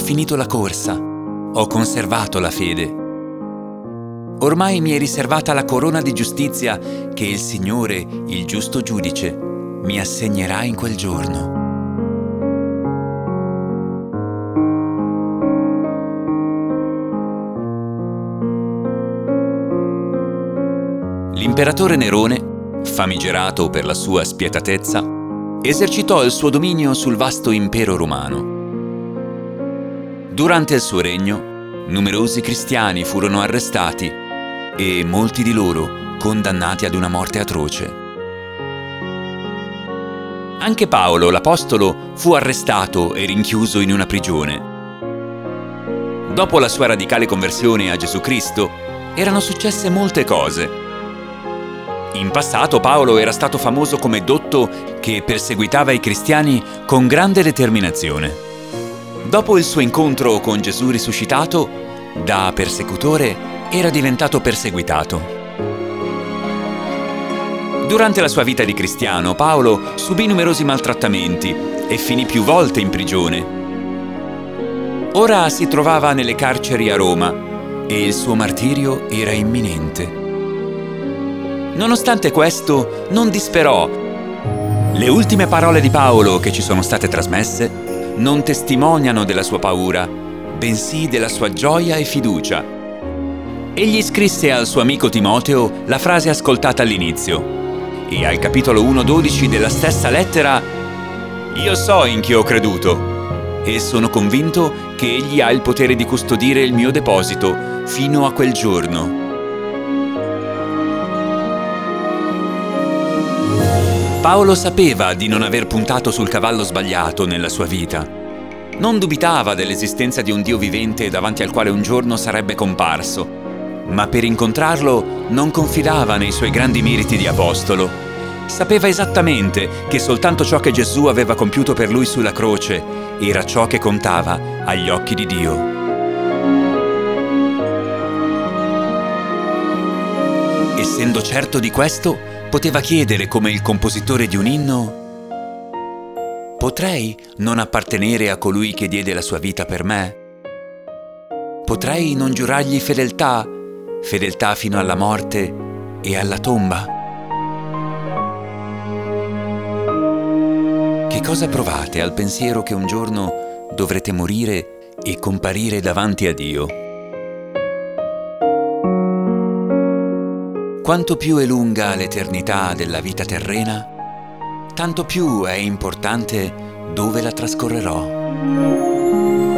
finito la corsa, ho conservato la fede. Ormai mi è riservata la corona di giustizia che il Signore, il giusto giudice, mi assegnerà in quel giorno. L'imperatore Nerone, famigerato per la sua spietatezza, esercitò il suo dominio sul vasto impero romano. Durante il suo regno, numerosi cristiani furono arrestati e molti di loro condannati ad una morte atroce. Anche Paolo, l'apostolo, fu arrestato e rinchiuso in una prigione. Dopo la sua radicale conversione a Gesù Cristo, erano successe molte cose. In passato Paolo era stato famoso come dotto che perseguitava i cristiani con grande determinazione. Dopo il suo incontro con Gesù risuscitato, da persecutore era diventato perseguitato. Durante la sua vita di cristiano, Paolo subì numerosi maltrattamenti e finì più volte in prigione. Ora si trovava nelle carceri a Roma e il suo martirio era imminente. Nonostante questo, non disperò. Le ultime parole di Paolo che ci sono state trasmesse non testimoniano della sua paura, bensì della sua gioia e fiducia. Egli scrisse al suo amico Timoteo la frase ascoltata all'inizio, e al capitolo 1:12 della stessa lettera: «Io so in chi ho creduto, e sono convinto che egli ha il potere di custodire il mio deposito fino a quel giorno». Paolo sapeva di non aver puntato sul cavallo sbagliato nella sua vita. Non dubitava dell'esistenza di un Dio vivente davanti al quale un giorno sarebbe comparso, ma per incontrarlo non confidava nei suoi grandi meriti di apostolo. Sapeva esattamente che soltanto ciò che Gesù aveva compiuto per lui sulla croce era ciò che contava agli occhi di Dio. Essendo certo di questo, poteva chiedere come il compositore di un inno: «Potrei non appartenere a colui che diede la sua vita per me? Potrei non giurargli fedeltà fino alla morte e alla tomba?» Che cosa provate al pensiero che un giorno dovrete morire e comparire davanti a Dio? Quanto più è lunga l'eternità della vita terrena, tanto più è importante dove la trascorrerò.